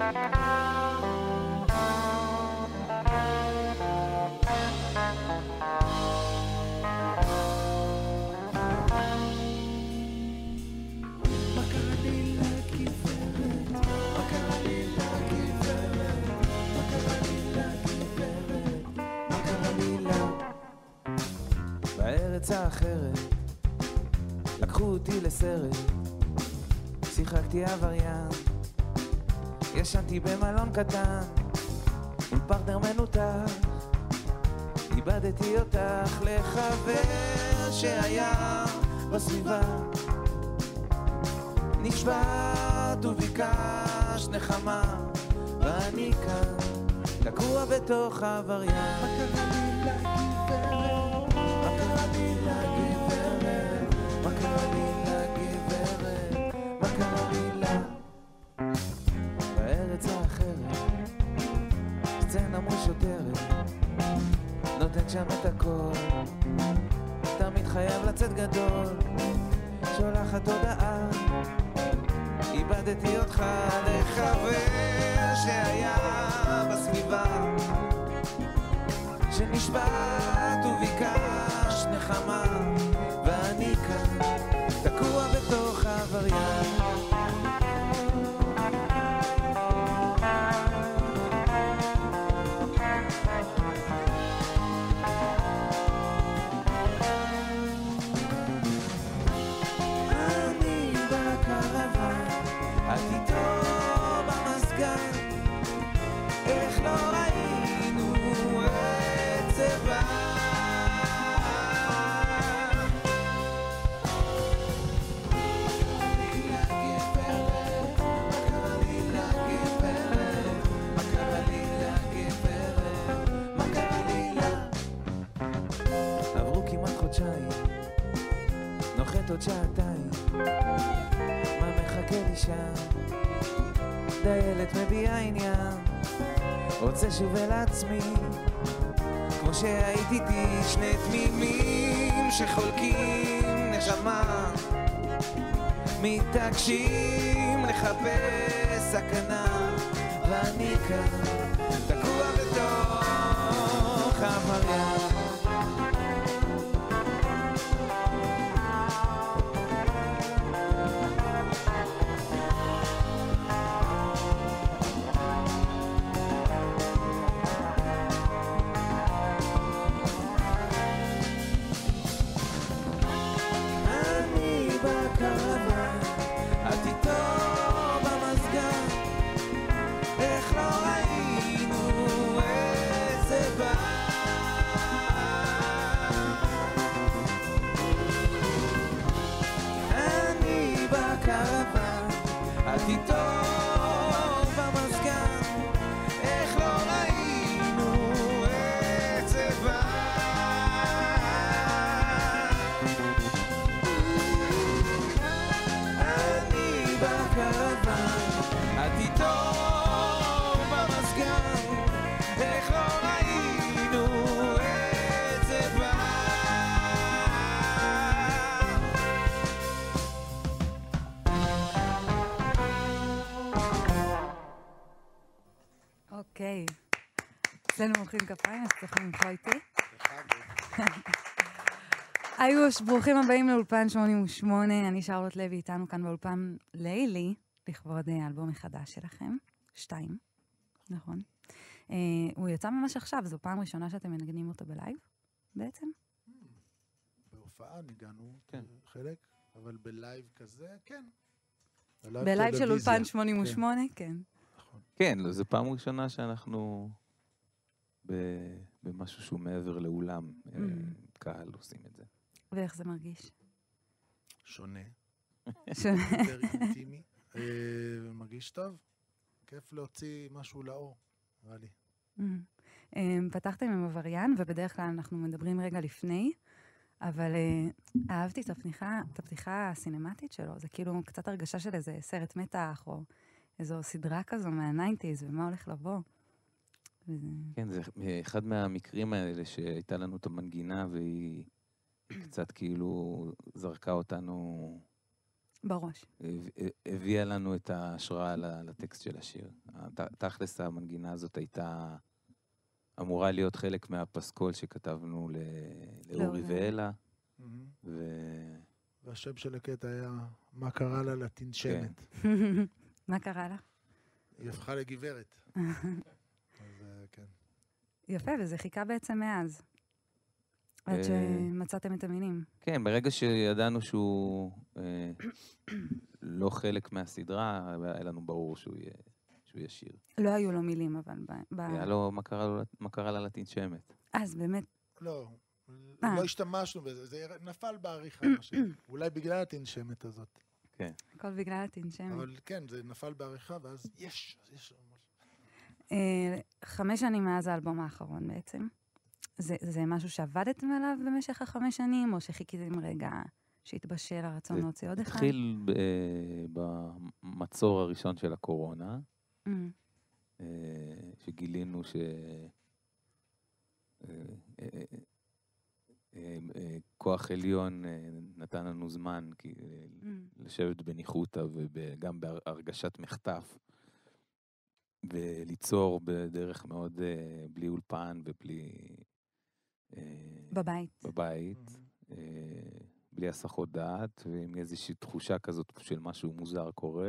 בארץ האחרת לקחו אותי לסרט, שיחקתי עבריין, ישנתי במלון קטן עם פרטנר מנותח, איבדתי אותך לחבר שהיה בסביבה, נשבעת וביקשת נחמה, ואני כאן תקוע בתוך עבריין. מה קרה לי לגברת? מה קרה לי לגברת? מה קרה לי לגברת? מה קרה לי לה? בארץ האחרת סצנה מול שוטרת, נותן שם את הכל, תמיד חייב לצאת גדול, שולחת הודעה, איבדתי אותך לחבר שהיה בסביבה, שנשבעת וביקש נחמה, ואני כאן תקוע בתוך עבריין. אני בקרוון, את איתו במסגן, איך לא ראינו את צבע. מה קרה לי לגברת? מה קרה לי לה? עברו כמעט חודשיים, נוחת עוד שעתיים, מה מחכה לי שם? דיילת מביעה עניין, רוצה שוב אל עצמי, כמו שהיית איתי, שני תמימים שחולקים נשמה, מתעקשים לחפש סכנה, ואני כאן תקוע בתוך עבריין. את איתו במסגן, איך לא ראינו איזה בא. אני בקרוון, את איתו במסגן, איך לא ראינו איזה בא. את איתו במסגן, איך לא ראינו את זה בא. אוקיי, אצלנו מוחאים כפיים, אז צריכים למחוא איתי. איוש, ברוכים הבאים לאולפן 88, אני שרלוט לוי, איתנו כאן באולפן לילי, לכבוד האלבום החדש שלכם, 2, נכון. הוא יצא ממש עכשיו, זו פעם ראשונה שאתם מנגנים אותו בלייב, בעצם? בהופעה ניגענו חלק, אבל בלייב כזה, כן. בלייב של אולפן 88, כן. כן, זו פעם ראשונה שאנחנו במשהו שהוא מעבר לאולם, קהל עושים את זה. ואיך זה מרגיש? שונה. שונה. יותר אינטימי. מרגיש טוב. כיף להוציא משהו לאור, נראה לי. פתחתם עם עבריין, ובדרך כלל אנחנו מדברים רגע לפני, אבל אהבתי את הפתיחה הסינמטית שלו. זה כאילו קצת הרגשה של איזה סרט מתח, או איזו סדרה כזו מה-90s, ומה הולך לבוא. כן, זה אחד מהמקרים האלה שהייתה לנו את המנגינה, והיא קצת כאילו זרקה אותנו בראש. הביאה לנו את ההשראה לטקסט של השיר. תכלס המנגינה הזאת הייתה אמורה להיות חלק מהפסקול שכתבנו לאורי ואלה. והשם של הקטע היה מה קרה לה לתנשמת. מה קרה לה? היא הפכה לגברת. אז כן. יפה, וזה חיכה בעצם מאז. עד שמצאתם את המילים. כן, ברגע שידענו שהוא לא חלק מהסדרה, היה לנו ברור שהוא יהיה שיר. לא היו לו מילים, אבל... היה לו מה קרה לה לתנשמת. אז באמת... לא, לא השתמשנו בזה, זה נפל בעריכה. אולי בגלל התנשמת הזאת. כן. הכל בגלל התנשמת. אבל כן, זה נפל בעריכה, ואז יש. 5 שנים מאז האלבום האחרון בעצם. זה משהו שעבדתם עליו במשך 5 שנים, או שחיכיתם רגע שהתבשל הרצון להוציא עוד אחד? התחיל במצור הראשון של הקורונה, שגילינו כוח עליון נתן לנו זמן לשבת בניחותא וגם בהרגשת מחטף, וליצור בדרך מאוד בלי אולפן ובלי... בבית. בלי הסחות דעת, ועם איזושהי תחושה כזאת של משהו מוזר קורה,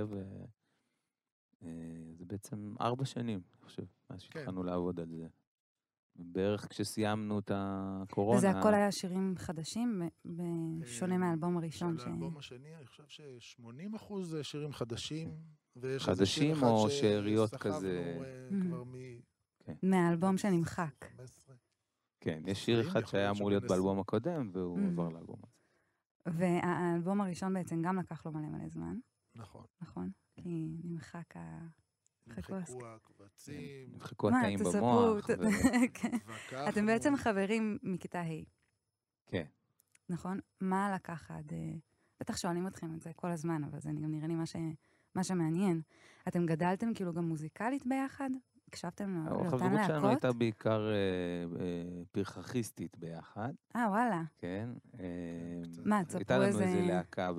וזה בעצם 4 שנים, אני חושב, מאז שהתחלנו לעבוד על זה. בערך כשסיימנו את הקורונה... וזה הכל היה שירים חדשים, בשונה מהאלבום הראשון. של האלבום השני, אני חושב ש80% זה שירים חדשים, חדשים או שאריות כזה... מהאלבום שנמחק. כן, יש שיר אחד שהיה אמור להיות באלבום הקודם, והוא עבר לאלבום הזה. והאלבום הראשון בעצם גם לקח לו מלא זמן. נכון. נכון? כי נמחק נמחקו הקבצים. נמחקו התאים במוח. אתם בעצם חברים מכיתה ה'. כן. נכון? מה לקח עד... בטח שואלים אתכם את זה כל הזמן, אבל זה גם נראה לי מה שמעניין. אתם גדלתם כאילו גם מוזיקלית ביחד? הקשבתם לאותן להקות? החברות שלנו הייתה בעיקר פרחכיסטית ביחד. וואלה. כן. מה, תספרו הייתה לנו איזה להקה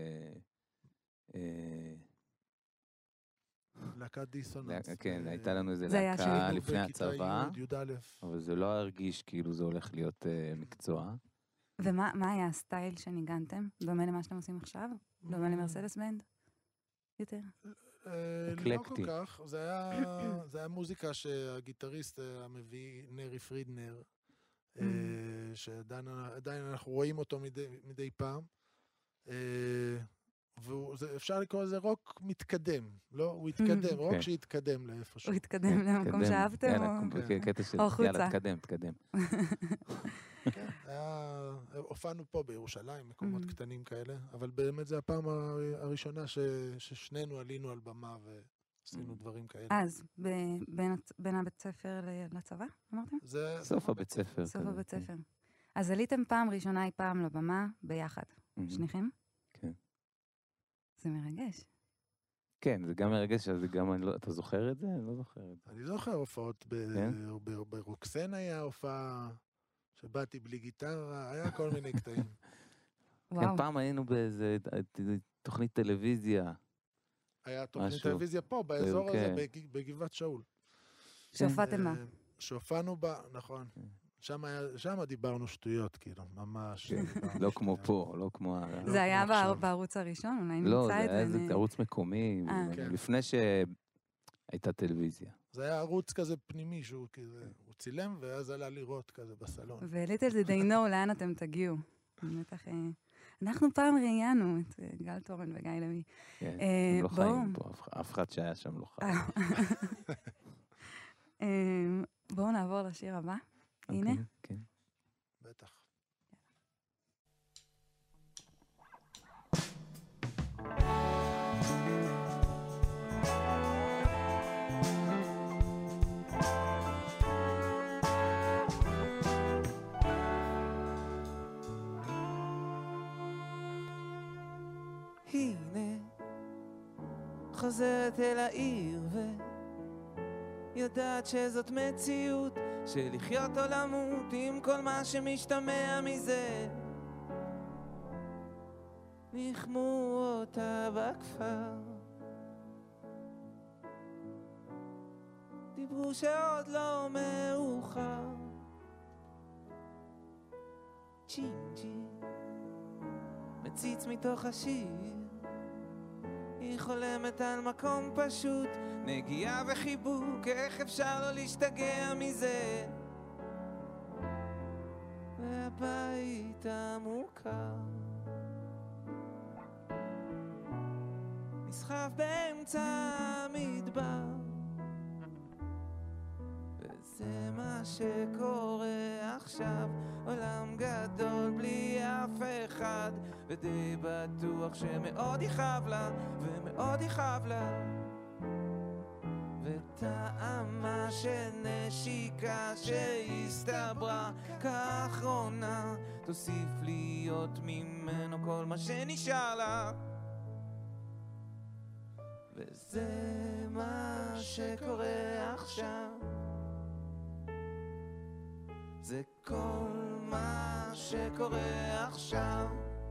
להקת דיסוננס. כן, הייתה לנו איזה להקה לפני הצבא, אבל זה לא הרגיש כאילו זה הולך להיות מקצוע. ומה היה הסטייל שניגנתם? דומה למה שאתם עושים עכשיו? דומה למרסדס בנד? יותר? לא כל כך, זה היה מוזיקה שהגיטריסט המביא נרי פרידנר, שעדיין אנחנו רואים אותו מדי פעם, ואפשר לקרוא לזה רוק מתקדם, לא? הוא התקדם, רוק שהתקדם לאיפשהו. הוא התקדם למקום שאהבתם? יאללה, תקדם. כן, הופענו פה בירושלים, מקומות קטנים כאלה, אבל באמת זה הפעם הראשונה ששנינו עלינו על במה ועשינו דברים כאלה. אז, בין הבית ספר לצבא, אמרתם? סוף הבית ספר. סוף הבית ספר. אז עליתם פעם ראשונה אי פעם לבמה ביחד, שניכם? כן. זה מרגש. כן, זה גם מרגש, אז גם, אתה זוכר את זה? אני לא זוכר את זה. אני זוכר הופעות, ברוקסן היה הופעה, שבאתי בלי גיטרה, היה כל מיני קטעים. כן, פעם היינו באיזה תוכנית טלוויזיה. היה תוכנית טלוויזיה פה, באזור הזה, בגבעת שאול. שהופעתם בה. שהופענו בה, נכון. שם דיברנו שטויות, כאילו, ממש. לא כמו פה, לא כמו... זה היה בערוץ הראשון, אולי נמצא את זה. לא, זה היה ערוץ מקומי, לפני שהייתה טלוויזיה. זה היה ערוץ כזה פנימי, שהוא צילם, ואז עלה לראות כזה בסלון. וליטל זה דיינו, לאן אתם תגיעו. בטח... אנחנו פעם ראיינו את גל תורן וגיא לוי. כן, הם לא חיים פה, אף אחד שהיה שם לא חיים. בואו נעבור לשיר הבא. הנה. כן. בטח. הנה, חוזרת אל העיר ויודעת שזאת מציאות של לחיות או למות עם כל מה שמשתמע מזה. ניחמו אותה בכפר, דיברו שעוד לא מאוחר. צ'ינג'י מציץ מתוך השיר, היא חולמת על מקום פשוט, נגיעה וחיבוק, איך אפשר לא להשתגע מזה? והבית המוכר נסחף באמצע המדבר, וזה מה שקורה עכשיו, עולם גדול בלי אף אחד, ודי בטוח שמאוד יכאב לה, ומאוד יכאב לה, וטעמה של נשיקה שהסתברה כאחרונה, תוסיף להיות ממנו כל מה שנשאר לה, וזה מה שקורה עכשיו, זה כל מה שקורה עכשיו.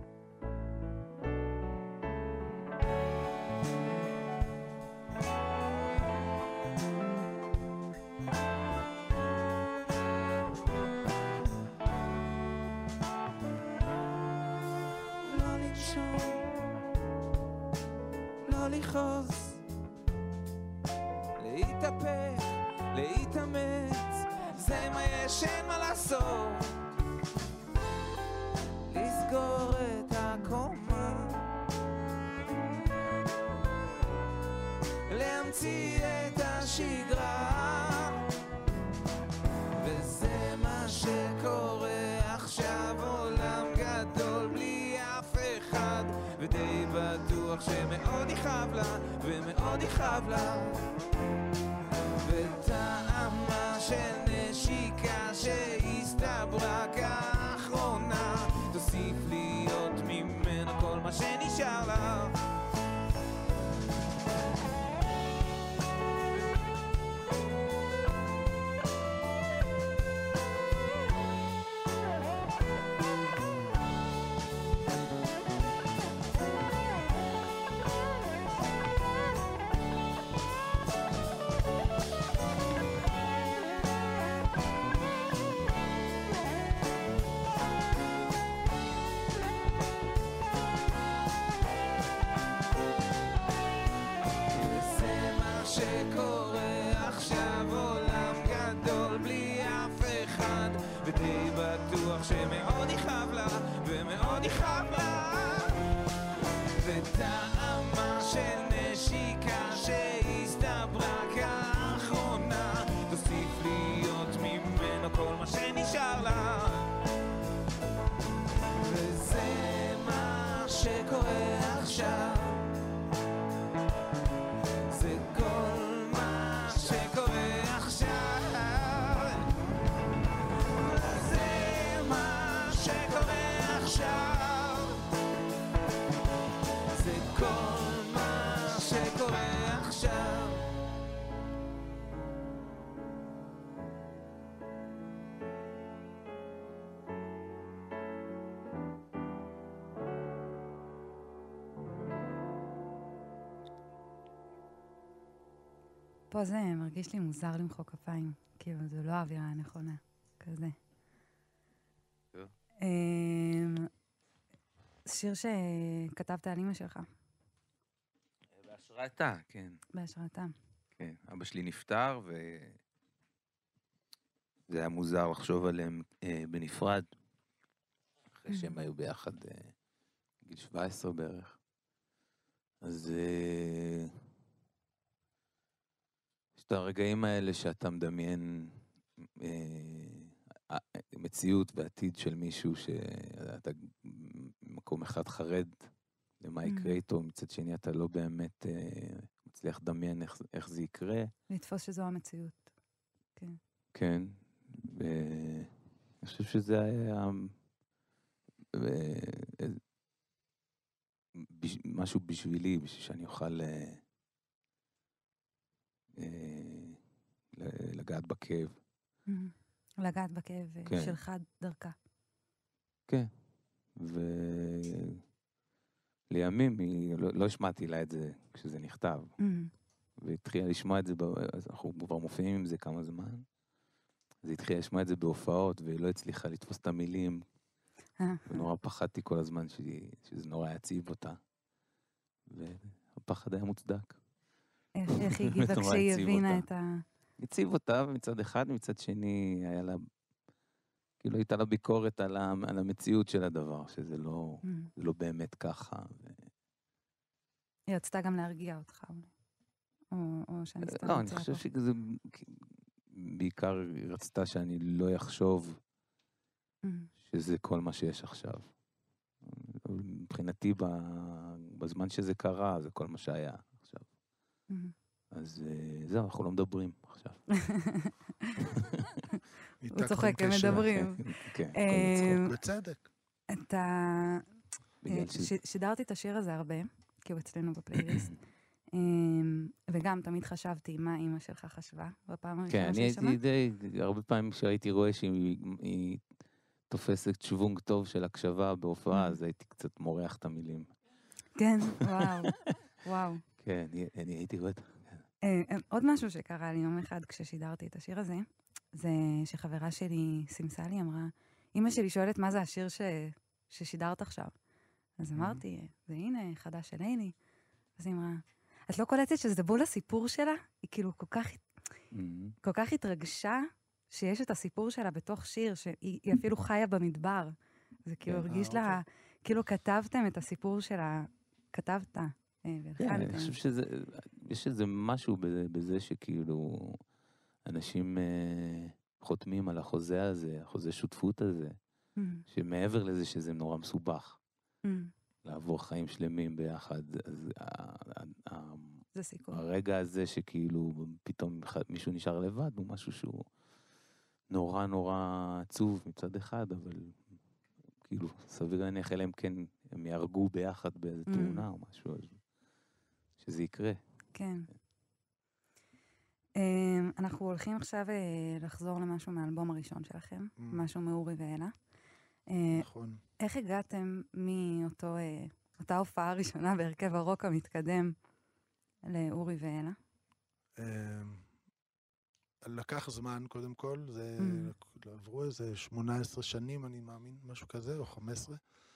לא לנשום, לא לכעוס, להתהפך, להתאמץ, זה מה יש, אין מה לעשות, לסגור את הקומה, להמציא את השגרה, וזה מה שקורה עכשיו, עולם גדול בלי אף אחד, ודי בטוח שמאוד יכאב לה, ומאוד יכאב לה, וטעמה של נשיקה שהסתברה כאחרונה, תוסיף להיות ממנו כל מה שנשאר לה, שקורה עכשיו, עולם גדול בלי אף אחד, ודי בטוח שמאוד יכאב לה, ומאוד יכאב לה, וטעמה של נשיקה שהסתברה כאחרונה, תוסיף להיות ממנו כל מה שנשאר לה, וזה מה שקורה עכשיו, זה כל מה שקורה עכשיו, זה מה שקורה עכשיו, זה כל מה שקורה עכשיו. פה זה מרגיש לי מוזר למחוא כפיים, כאילו זה לא האווירה הנכונה, כזה. טוב. שיר שכתבת על אמא שלך, בהשראתה, כן. בהשראתה. כן, אבא שלי נפטר, זה היה מוזר לחשוב עליהם בנפרד, אחרי שהם היו ביחד גיל 17 בערך. אז יש את הרגעים האלה שאתה מדמיין מציאות ועתיד של מישהו שאתה במקום אחד חרד למה יקרה איתו, מצד שני אתה לא באמת מצליח לדמיין איך זה יקרה. לתפוס שזו המציאות. כן. כן, ואני חושב שזה היה משהו בשבילי, בשביל שאני אוכל לגעת בכאב. לגעת בכאב כן. שלך דרכה. כן, לימים, לא השמעתי לה את זה כשזה נכתב. והתחילה לשמוע את זה, אז אנחנו כבר מופיעים עם זה כמה זמן. אז היא התחילה לשמוע את זה בהופעות, והיא לא הצליחה לתפוס את המילים. ונורא פחדתי כל הזמן שזה נורא יציב אותה. והפחד היה מוצדק. איך היא הגיבה כשהיא הבינה את ה... הציב אותה מצד אחד, מצד שני היה לה... כאילו הייתה לה ביקורת על המציאות של הדבר, שזה לא באמת ככה. היא רצתה גם להרגיע אותך, או שאני סתם... לא, אני חושב שזה... בעיקר היא רצתה שאני לא יחשוב שזה כל מה שיש עכשיו. מבחינתי, בזמן שזה קרה, זה כל מה שהיה עכשיו. אז זהו, אנחנו לא מדברים עכשיו. הוא צוחק, הם מדברים. כן, הכל מצחוק. בצדק. אתה... שידרתי את השיר הזה הרבה, כי הוא אצלנו בפלייליסט. וגם תמיד חשבתי מה אמא שלך חשבה בפעם הראשונה שהיא שמעה. כן, אני הייתי די, הרבה פעמים שהייתי רואה שהיא תופסת שוונג טוב של הקשבה בהופעה, אז הייתי קצת מורח את המילים. כן, וואו, וואו. כן, אני הייתי רואה את זה. עוד משהו שקרה לי יום אחד כששידרתי את השיר הזה, זה שחברה שלי סימסה לי, אמרה, אמא שלי שואלת מה זה השיר ששידרת עכשיו. אז אמרתי, זה הנה, חדש של לילי. אז היא אמרה, את לא קולטת שזה בול הסיפור שלה? היא כאילו כל כך התרגשה שיש את הסיפור שלה בתוך שיר, שהיא אפילו חיה במדבר. זה כאילו הרגיש לה, כאילו כתבתם את הסיפור שלה, כתבת. כן, אני חושב יש איזה משהו בזה שכאילו אנשים חותמים על החוזה הזה, החוזה שותפות הזה, שמעבר לזה שזה נורא מסובך. לעבור חיים שלמים ביחד, זה סיכוי. הרגע הזה שכאילו פתאום מישהו נשאר לבד, הוא משהו שהוא נורא נורא עצוב מצד אחד, אבל כאילו סביר להניח אלא אם כן הם יהרגו ביחד באיזה תאונה או משהו, שזה יקרה. כן. אנחנו הולכים עכשיו לחזור למשהו מהאלבום הראשון שלכם, משהו מאורי ואלה. נכון. איך הגעתם מאותה הופעה ראשונה בהרכב הרוק המתקדם לאורי ואלה? לקח זמן קודם כל, עברו איזה 18 שנים אני מאמין, משהו כזה, או 15.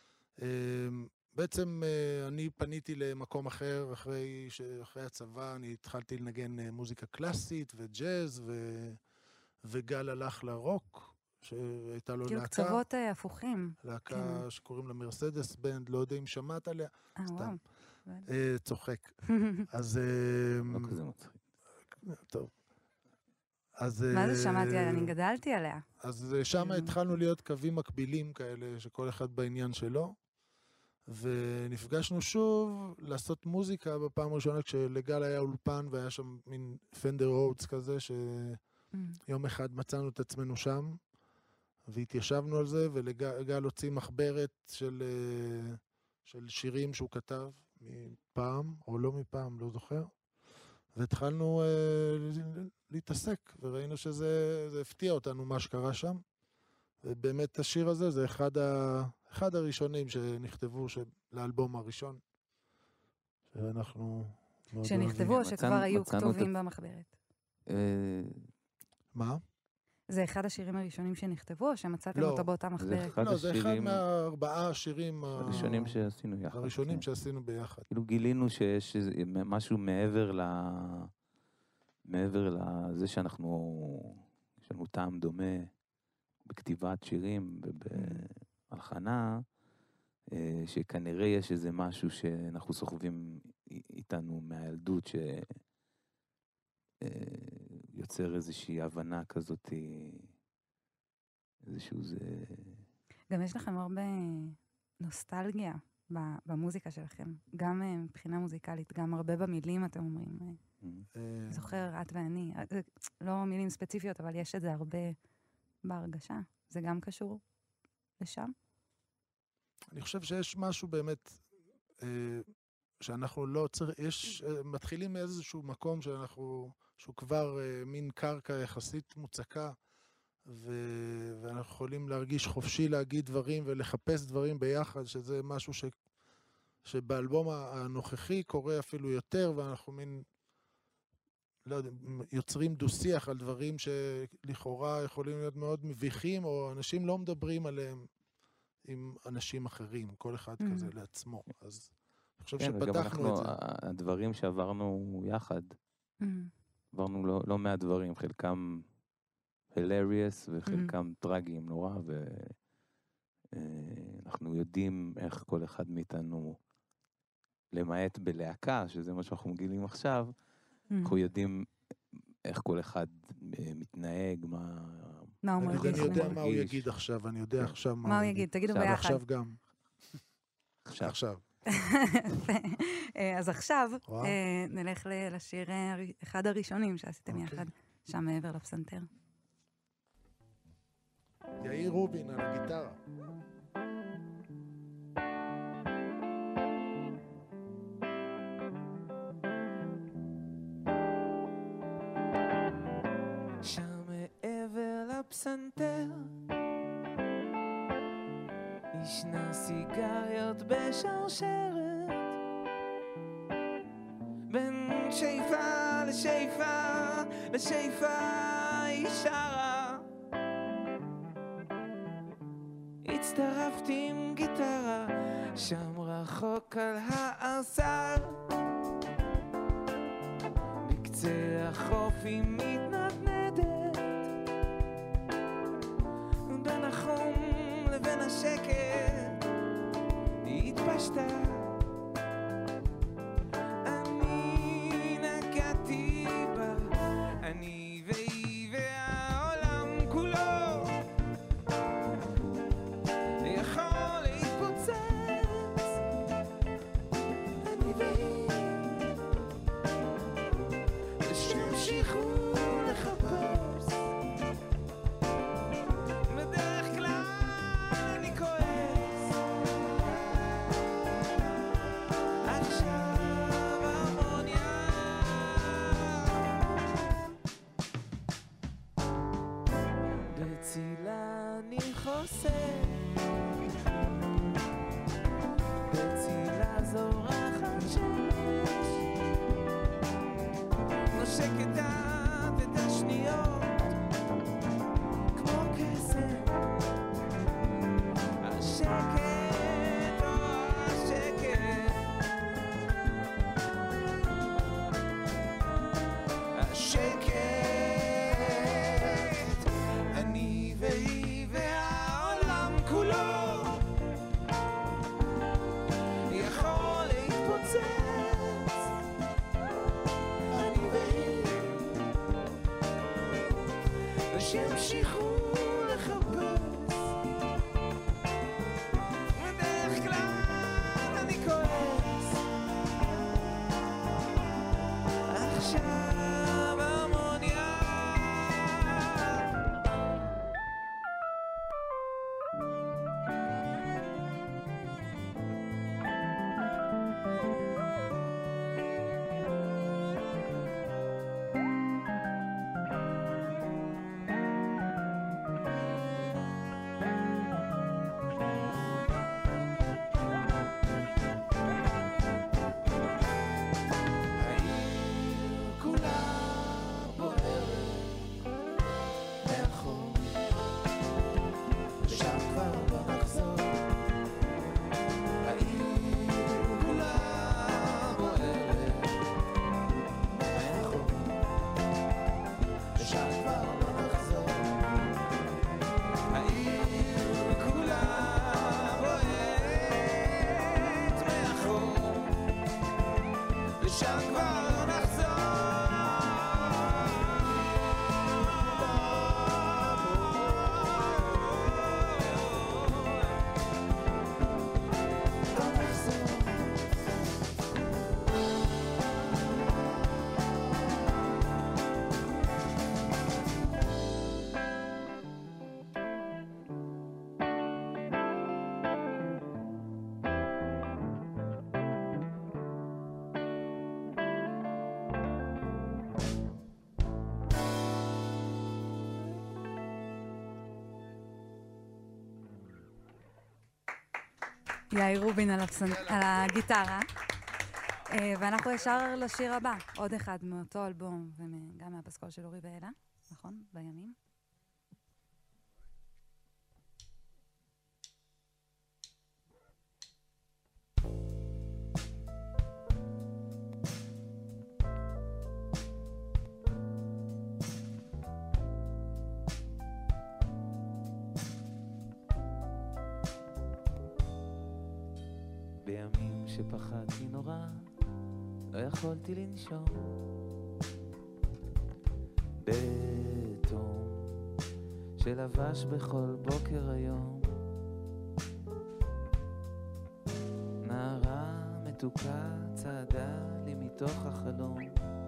בעצם אני פניתי למקום אחר אחרי הצבא, אני התחלתי לנגן מוזיקה קלאסית וג'אז, וגל הלך לרוק. שהייתה לו כאילו להקה. קצוות הפוכים. להקה שקוראים לה מרסדס בנד, לא יודע אם שמעת עליה. סתם. צוחק. אז... לא כזה מצחיק. טוב. מה זה שמעתי עליה? אני גדלתי עליה. אז שם התחלנו להיות קווים מקבילים כאלה, שכל אחד בעניין שלו. ונפגשנו שוב לעשות מוזיקה בפעם הראשונה, כשלגל היה אולפן והיה שם מין פנדר רודס כזה, שיום אחד מצאנו את עצמנו שם. והתיישבנו על זה, ולגל הוציא מחברת של שירים שהוא כתב מפעם, או לא מפעם, לא זוכר. והתחלנו להתעסק, וראינו שזה הפתיע אותנו מה שקרה שם. ובאמת השיר הזה זה אחד הראשונים שנכתבו לאלבום הראשון. שאנחנו... שנכתבו או שכבר היו כתובים במחברת? מה? זה אחד השירים הראשונים שנכתבו, או שמצאתם אותו באותה מחברת? לא, זה אחד מהארבעה השירים הראשונים שעשינו יחד. הראשונים שעשינו ביחד. כאילו גילינו שיש משהו מעבר לזה שאנחנו, יש לנו טעם דומה בכתיבת שירים ובהלחנה, שכנראה יש איזה משהו שאנחנו סוחבים איתנו מהילדות, יוצר איזושהי הבנה כזאת, איזשהו זה... גם יש לכם הרבה נוסטלגיה במוזיקה שלכם, גם מבחינה מוזיקלית, גם הרבה במילים אתם אומרים. זוכר, את ואני, לא מילים ספציפיות, אבל יש את זה הרבה בהרגשה. זה גם קשור לשם? אני חושב שיש משהו באמת, שאנחנו לא צריך, מתחילים מאיזשהו מקום שהוא כבר מין קרקע יחסית מוצקה, ואנחנו יכולים להרגיש חופשי להגיד דברים ולחפש דברים ביחד, שזה משהו שבאלבום הנוכחי קורה אפילו יותר, ואנחנו מין, לא יודע, יוצרים דו-שיח על דברים שלכאורה יכולים להיות מאוד מביכים, או אנשים לא מדברים עליהם עם אנשים אחרים, כל אחד כזה לעצמו. אז אני חושב שפתחנו את זה. הדברים שעברנו יחד, עברנו לא מעט דברים, חלקם hilarious וחלקם טרגיים נורא, ואנחנו יודעים איך כל אחד מאיתנו, למעט בלהקה, שזה מה שאנחנו מגילים עכשיו, אנחנו יודעים איך כל אחד מתנהג, מה הוא מרגיש. אני יודע מה הוא יגיד עכשיו, אני יודע עכשיו מה הוא יגיד, תגידו ביחד. עכשיו גם. עכשיו. אז עכשיו נלך לשיר אחד הראשונים שעשיתם יחד, שם מעבר לפסנתר. יאיר רובין על הגיטרה. שם מעבר לפסנתר ישנה סיגריות בשרשרת, בין שאיפה לשאיפה לשאיפה היא שרה. הצטרפתי עם גיטרה שם רחוק על הארסל, בקצה החוף היא מתנדנדת, בין החום לבין השקט היא התפשטה. אני נגעתי בה, אני והיא והעולם כולו יכול להתפוצץ. אני והיא ושהמשיכו לחפש, בדרך כלל אני כועס. עכשיו הרמוניה בצילה אני חוסר, בצילה זורחת שמש, נושקת את השניות כמו קסם. השקט, השקט, השקט, אני והיא והעולם כולו יכול להתפוצץ. אני והיא ושהמשיכו לחפש, בדרך כלל אני כועס. עכשיו הרמוניה העיר כולה בוערת מאחור, ושם כבר לא נחזור. העיר כולה בוערת מאחור, ושם כבר לא נחזור. העיר כולה בוערת מאחור, ושם כבר לא נחזור. יאיר רובין על הגיטרה. ואנחנו ישר לשיר הבא, עוד אחד מאותו אלבום, וגם מהפסקול של אורי ואלה, נכון? בימים. בימים שפחדתי נורא, לא יכולתי לנשום. בתום שלבש בכל בוקר היום, נערה מתוקה צעדה לי מתוך החלום.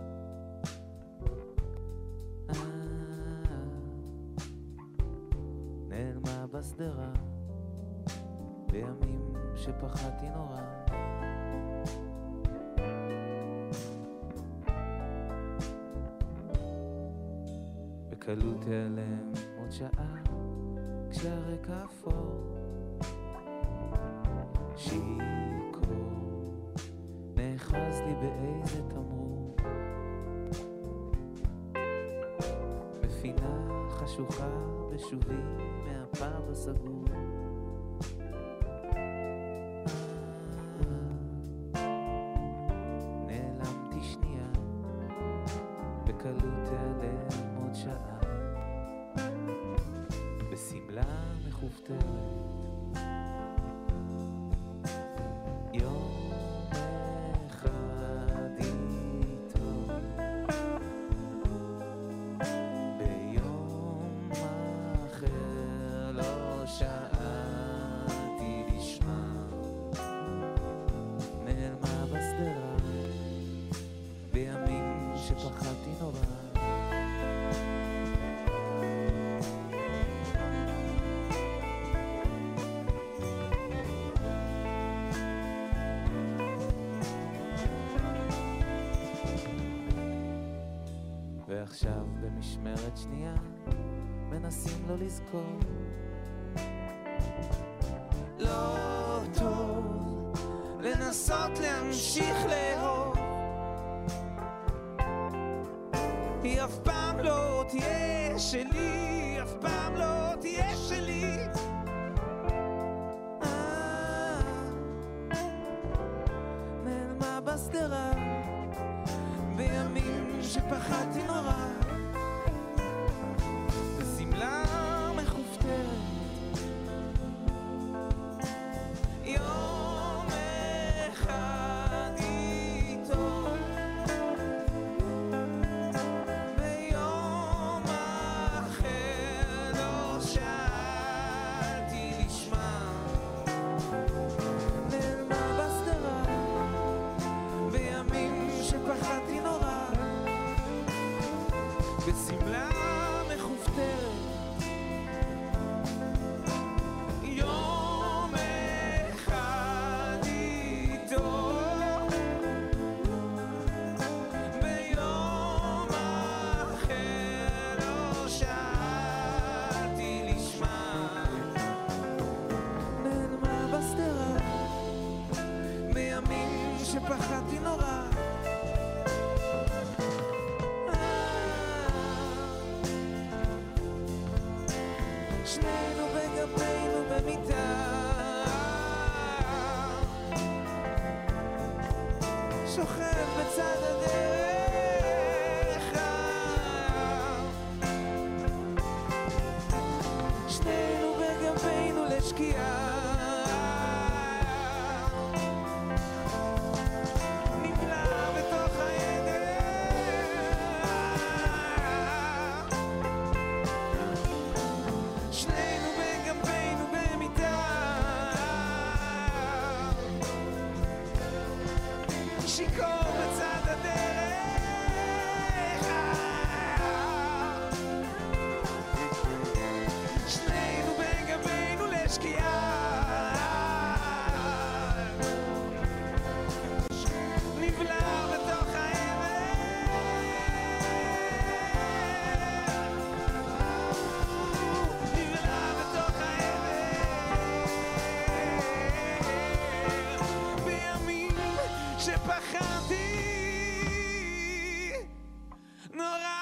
נעלמה בסדרה בימים שפחדתי נורא. בקלות תיעלם עוד שעה כשהרקע אפור, שיכור נאחז לי באיזה תמרור, בפינה חשוכה בשובי מהפאב הסגור. נעלמתי שנייה, בקלות תיעלם עוד שעה, בסמלה מכופתרת. יום אחד איתו, ביום אחר לא שאלתי לשמה, נעלמה בסדרה בימים שפחדתי נורא. ועכשיו במשמרת שנייה מנסים לא לזכור. לא טוב לנסות להמשיך לאהוב, היא אף פעם לא תהיה שלי, אף פעם לא תהיה שלי. נעלמה בסדרה בימים שפחדתי נורא, בסמלה מכופתרת. יום אחד איתו, ביום אחר לא שאלתי לשמה, נעלמה בסדרה בימים שפחדתי נורא, בסמלה מכופתרת. יום אחד איתו, ביום אחר לא שאלתי לשמה, נעלמה בסדרה בימים שפחדתי נורא. שנינו בגבינו במיטה, שוכב בצד הדרך, שנינו בגבינו לשקיעה, נבלע בתוך העדר, שנינו בגבינו במיטה, שיכור בצד הדרך, שנינו בגבינו לשקיעה, נבלע בתוך העבר, נבלע בתוך העבר. אותי נורא.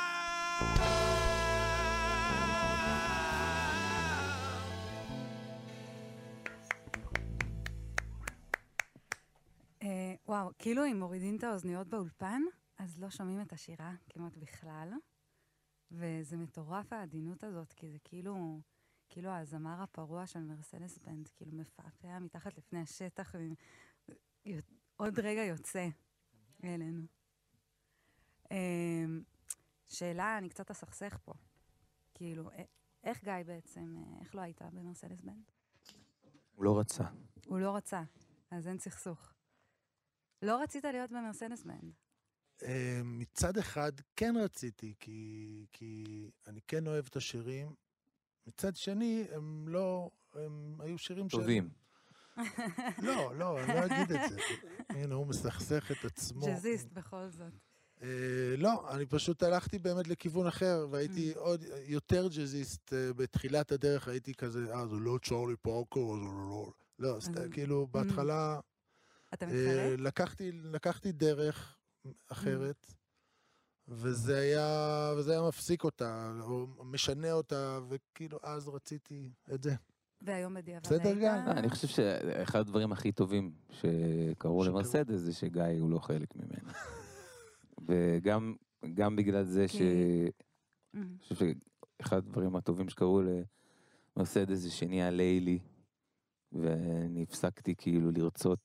וואו, כאילו אם מורידים את האוזניות באולפן, אז לא שומעים את השירה כמעט בכלל. וזה מטורף העדינות הזאת, כי זה כאילו הזמר הפרוע של מרסדס בנד, כאילו מפעפע מתחת לפני השטח, ועוד רגע יוצא אלינו. שאלה, אני קצת אסכסך פה. כאילו, איך גיא בעצם, איך לא היית במרסדס בנד? הוא לא רצה. הוא לא רצה, אז אין סכסוך. לא רצית להיות במרסדס בנד? מצד אחד כן רציתי, כי אני כן אוהב את השירים. מצד שני, הם היו שירים טובים. לא, אני לא אגיד את זה. הנה, הוא מסכסך את עצמו. ג'אזיסט בכל זאת. לא, אני פשוט הלכתי באמת לכיוון אחר, והייתי עוד יותר ג'אזיסט בתחילת הדרך, הייתי כזה, זה לא צ'רלי פארקר, זה לא... לא, כאילו, בהתחלה... אתה מתחרט? לקחתי דרך אחרת, וזה היה מפסיק אותה, או משנה אותה, וכאילו אז רציתי את זה. והיום בדיעבד בסדר גם? אני חושב שאחד הדברים הכי טובים שקראו למרסדס זה שגיא הוא לא חלק ממנו. וגם בגלל זה אני חושב שאחד הדברים הטובים שקראו למרסדס זה שנהיה לילי, ואני הפסקתי כאילו לרצות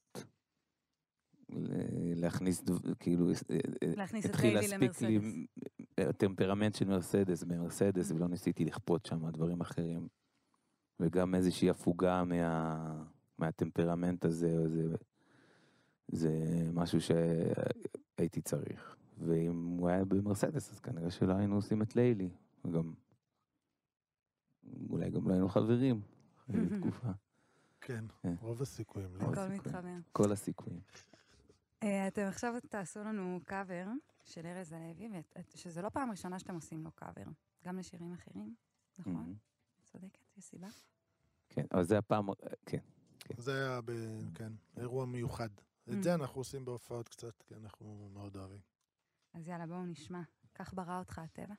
להכניס, כאילו, התחיל להספיק לי הטמפרמנט של מרסדס במרסדס, ולא ניסיתי לכפות שם דברים אחרים. וגם איזושהי הפוגה מהטמפרמנט הזה, זה משהו שהייתי צריך. ואם הוא היה במרסדס, אז כנראה שלא היינו עושים את לילי. וגם, אולי גם לא היינו חברים, אחרי תקופה. כן, רוב הסיכויים. הכל מתחבר. כל הסיכויים. אתם עכשיו תעשו לנו קאבר של ארז הלוי, שזה לא פעם ראשונה שאתם עושים לו קאבר, גם לשירים אחרים, נכון? צודקת, יש סיבה? כן, אבל זה הפעם, כן. זה היה, כן, אירוע מיוחד. את זה אנחנו עושים בהופעות קצת, כי אנחנו מאוד אוהבים. אז יאללה, בואו נשמע. כך ברא אותך הטבע.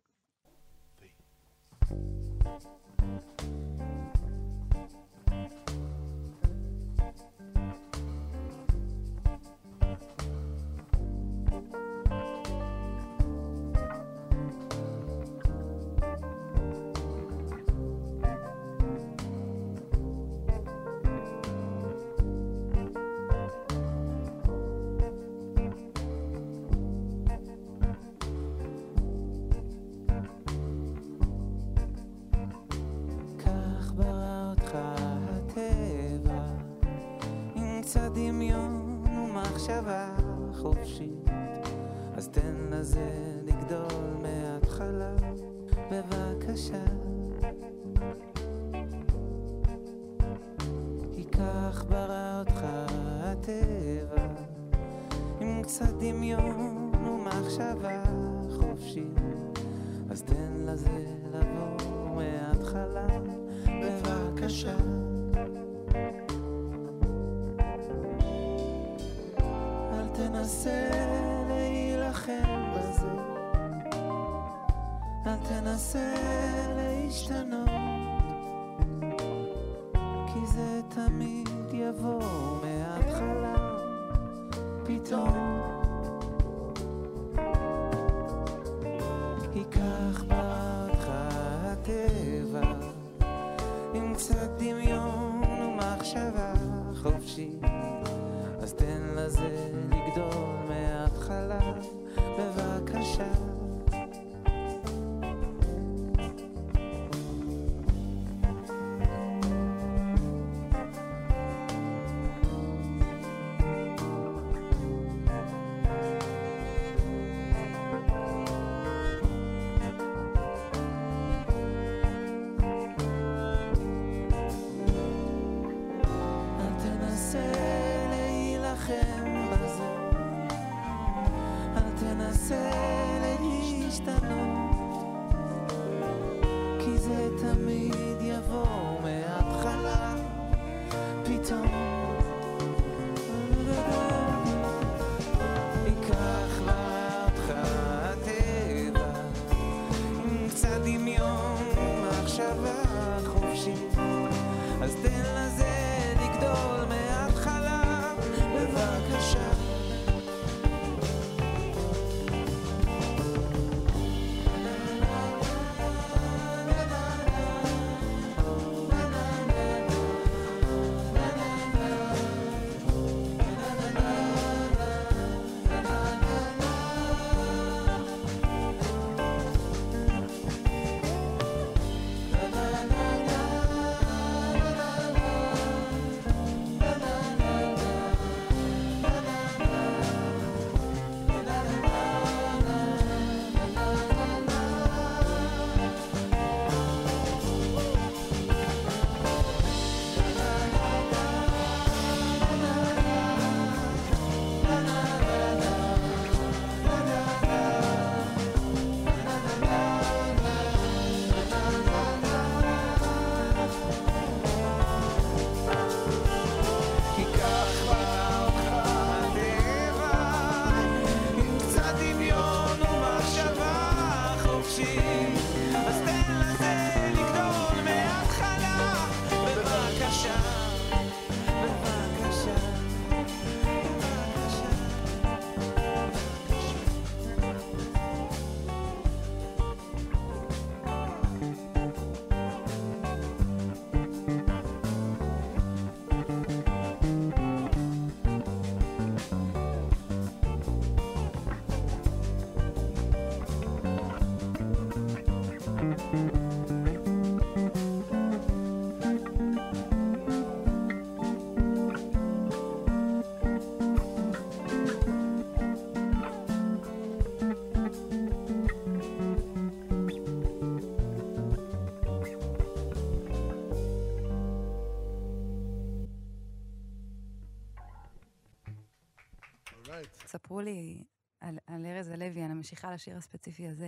דמיון ומחשבה חופשית, אז תן לזה לגדול מההתחלה, בבקשה. כי כך ברא אותך הטבע, עם קצת דמיון ומחשבה חופשית, אז תן לזה לבוא מההתחלה, בבקשה. תנסה להילחם בזה, אל תנסה להשתנות, כי זה תמיד יבוא מההתחלה, פתאום. כי כך ברא אותך הטבע, עם קצת דמיון ומחשבה חופשית, אז תן לזה לגדול מההתחלה, בבקשה. ספרו לי על ארז הלוי, על המשיכה לשיר הספציפי הזה.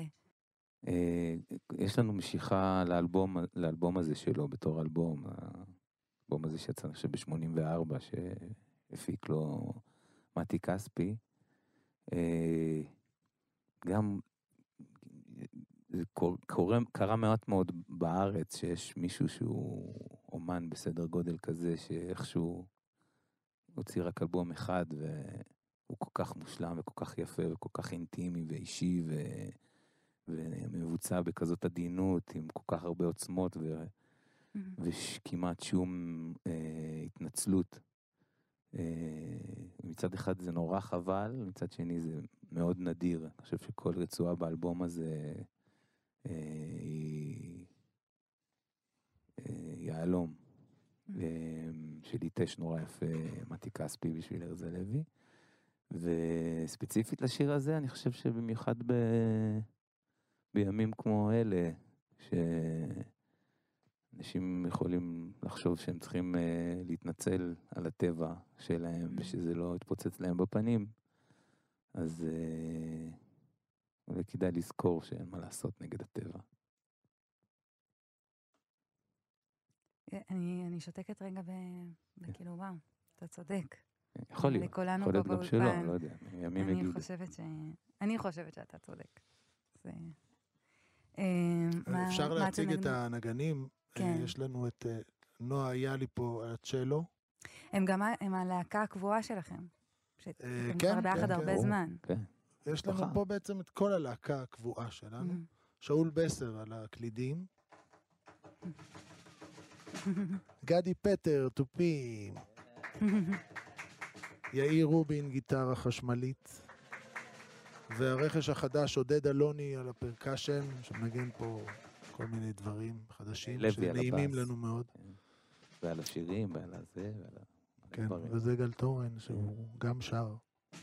יש לנו משיכה לאלבום הזה שלו, בתור אלבום הזה שיצא, אני חושב, ב-84, שהפיק לו מתי כספי. גם זה קרה מעט מאוד בארץ, שיש מישהו שהוא אומן בסדר גודל כזה, שאיכשהו הוציא רק אלבום אחד, והוא כל כך מושלם וכל כך יפה וכל כך אינטימי ואישי ומבוצע בכזאת עדינות, עם כל כך הרבה עוצמות וכמעט שום התנצלות. מצד אחד זה נורא חבל, מצד שני זה מאוד נדיר. אני חושב שכל רצועה באלבום הזה היא יעלום. שליטש נורא יפה מתי כספי בשביל ארז הלוי. וספציפית לשיר הזה, אני חושב שבמיוחד בימים כמו אלה, שאנשים יכולים לחשוב שהם צריכים להתנצל על הטבע שלהם, ושזה לא יתפוצץ להם בפנים, אז אולי כדאי לזכור שאין מה לעשות נגד הטבע. אני שותקת רגע וכאילו, וואו, אתה צודק. יכול להיות, יכול להיות גם שלא, לא יודע, ימים יגידו. אני חושבת שאתה צודק. אפשר להציג את הנגנים, יש לנו את נועה יאלי פה על הצ'לו. הם הלהקה הקבועה שלכם. הם כבר ביחד הרבה זמן. יש לנו פה בעצם את כל הלהקה הקבועה שלנו. שאול בסר על הקלידים. גדי פטר, טופים. יאיר רובין, גיטרה חשמלית. והרכש החדש, עודד אלוני על הפרקשן, שמנגן פה כל מיני דברים חדשים, שנעימים לנו מאוד. ועל השירים, ועל הזה, ועל כן, וזה גל תורן, שהוא גם שר.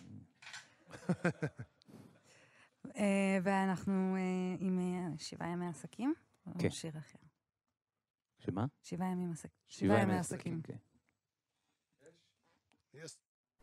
ואנחנו עם 7 ימי עסקים, או שיר אחר? שמה? 7 ימי עסקים. 7 ימי עסקים, כן. יש.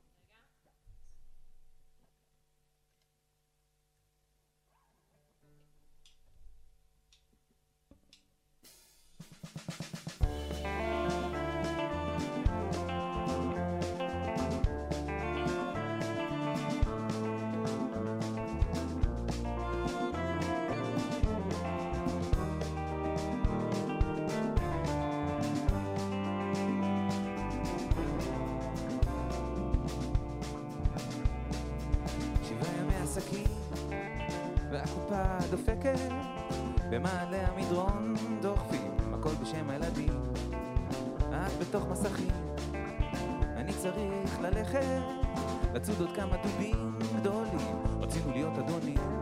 והקופה דופקת במעלה המדרון דוחפים הכל בשם הילדים את בתוך מסכים אני צריך ללכת לצוד עוד כמה דובים גדולים רצינו להיות אדונים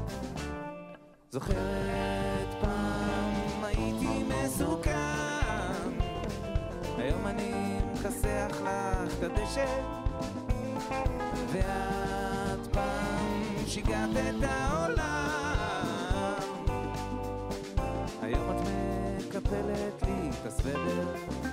זוכרת פעם הייתי מסוכן היום אני מכסח לך את הדשא ואת פעם שיגעת את העולם היום את מקפלת לי את הסוודר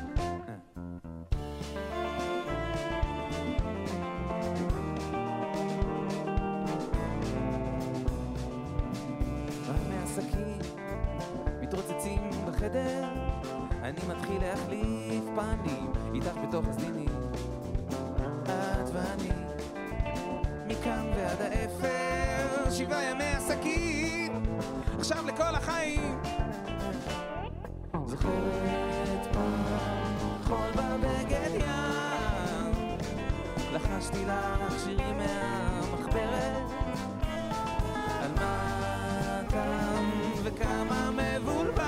רעמי עסקים מתרוצצים בחדר אני מתחיל להחליף פנים איתך בתוך הסדינים את ואני מכאן ועד האפר 7 ימי עסקים עכשיו לכל החיים זוכרת פעם חול בבגד ים לחשתי לך שירים מהמחברת על מה תם וכמה מבולבל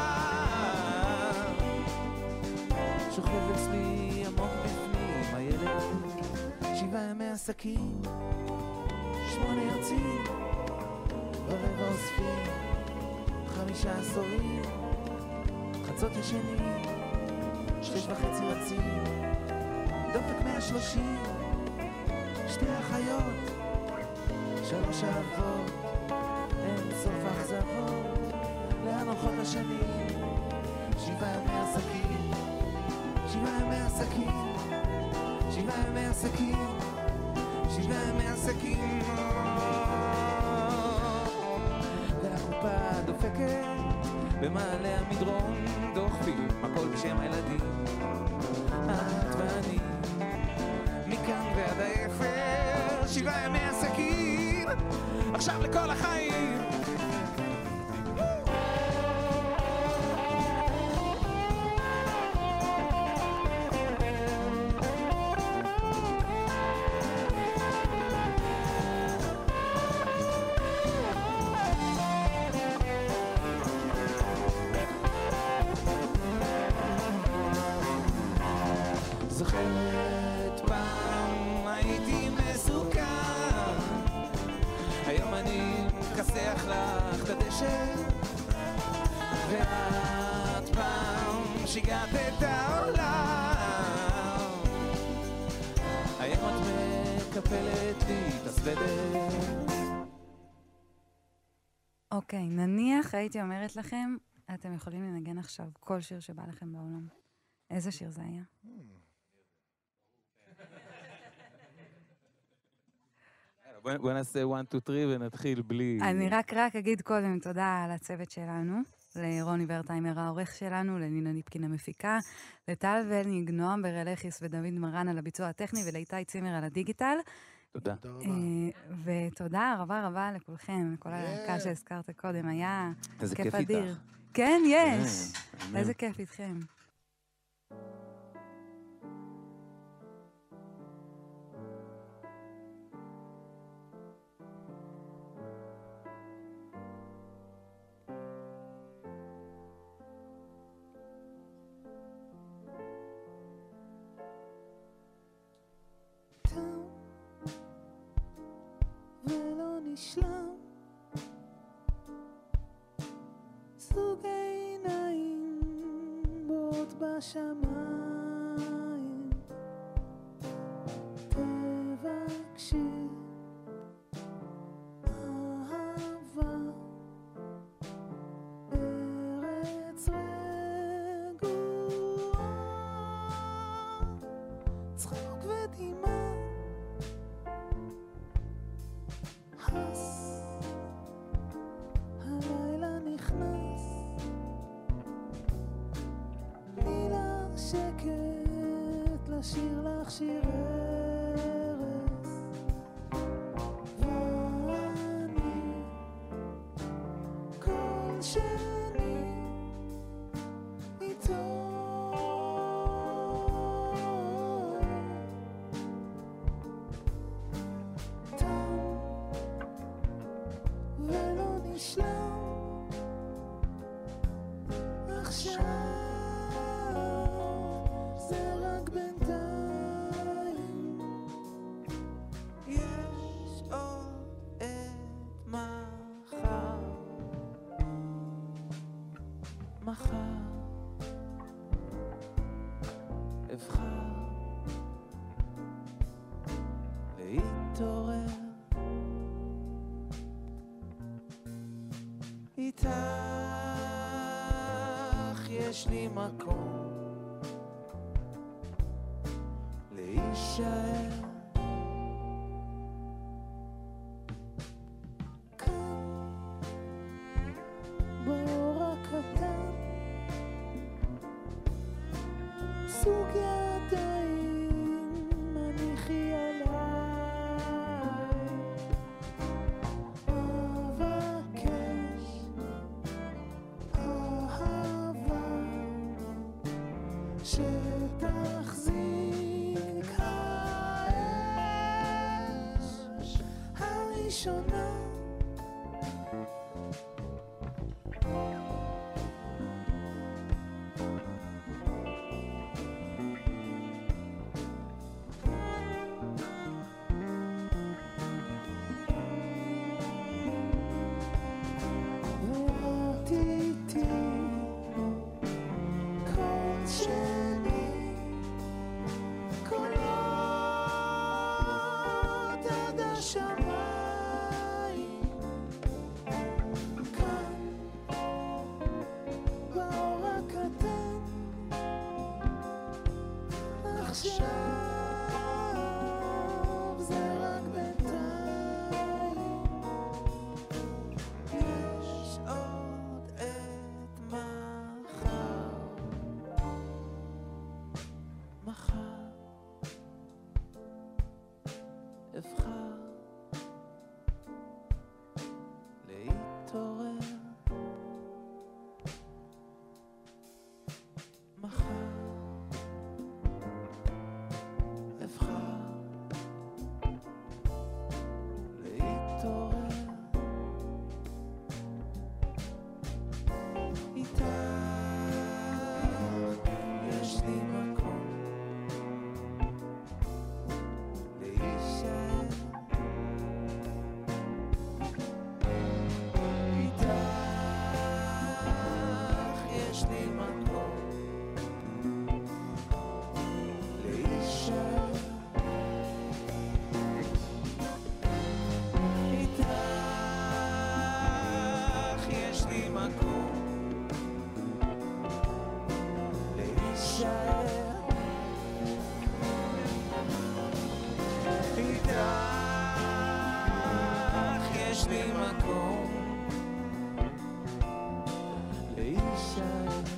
שוכב אצלי עמוק בפנים הילד 7 ימי עסקים 8 יוצאים, ברבע אוספים, 5 עשורים, חצות ישנים, 6.5 רצים, דופק 130, 2 אחיות, 3 אהבות, אין סוף אכזבות, לאן הולכות השנים, 7 ימי עסקים, 7 ימי עסקים, 7 ימי עסקים, שבעה ימי עסקים, והקופה דופקת במעלה המדרון, דוחפים הכל בשם הילדים, את ואני מכאן ועד האפר, שבעה ימי עסקים עכשיו לכל החיים. זוכרת פעם הייתי מסוכן, היום אני מכסח לך את הדשא, ואת פעם שיגעת את העולם, היום את מקפלת לי את הסוודר. אוקיי, נניח הייתי אומרת לכם, אתם יכולים לנגן עכשיו כל שיר שבא לכם בעולם. איזה שיר זה היה? בוא נעשה 1, 2, 3 ונתחיל בלי... אני רק אגיד קודם תודה לצוות שלנו, לרוני ורטהיימר העורך שלנו, לנינה ניפקין המפיקה, לטל ולניג, נועם ברלכיס ודוד מרן על הביצוע הטכני, ולאיתי צימר על הדיגיטל. תודה. ותודה רבה רבה לכולכם, לכל הלהקה שהזכרת קודם, היה כיף אדיר. איתך. כן, יש. איזה כיף איתכם. ולא נשלם סוג עיניים בוט בשמיים, תבקשי אהבה ארץ רגועה, צחוק ודמעה הלילה נכנס, תני לך שקט לשיר לך שיר ארץ, ואני כל שני איתו, תם ולא נשלם, עכשיו זה רק בינתיים, יש עוד את מחר, מחר אבחר להתעורר איתך, יש לי מקום להישאר כאן באור הקטן, סוג ידיים מניחי עליי, שתחזיק האש הראשונה, ואת איתי כל שני, קולות עד השמיים, כאן באור הקטן, עכשיו זה רק יש לי מקום להישאר איתך, יש לי מקום להישאר איתך, יש לי מקום להישאר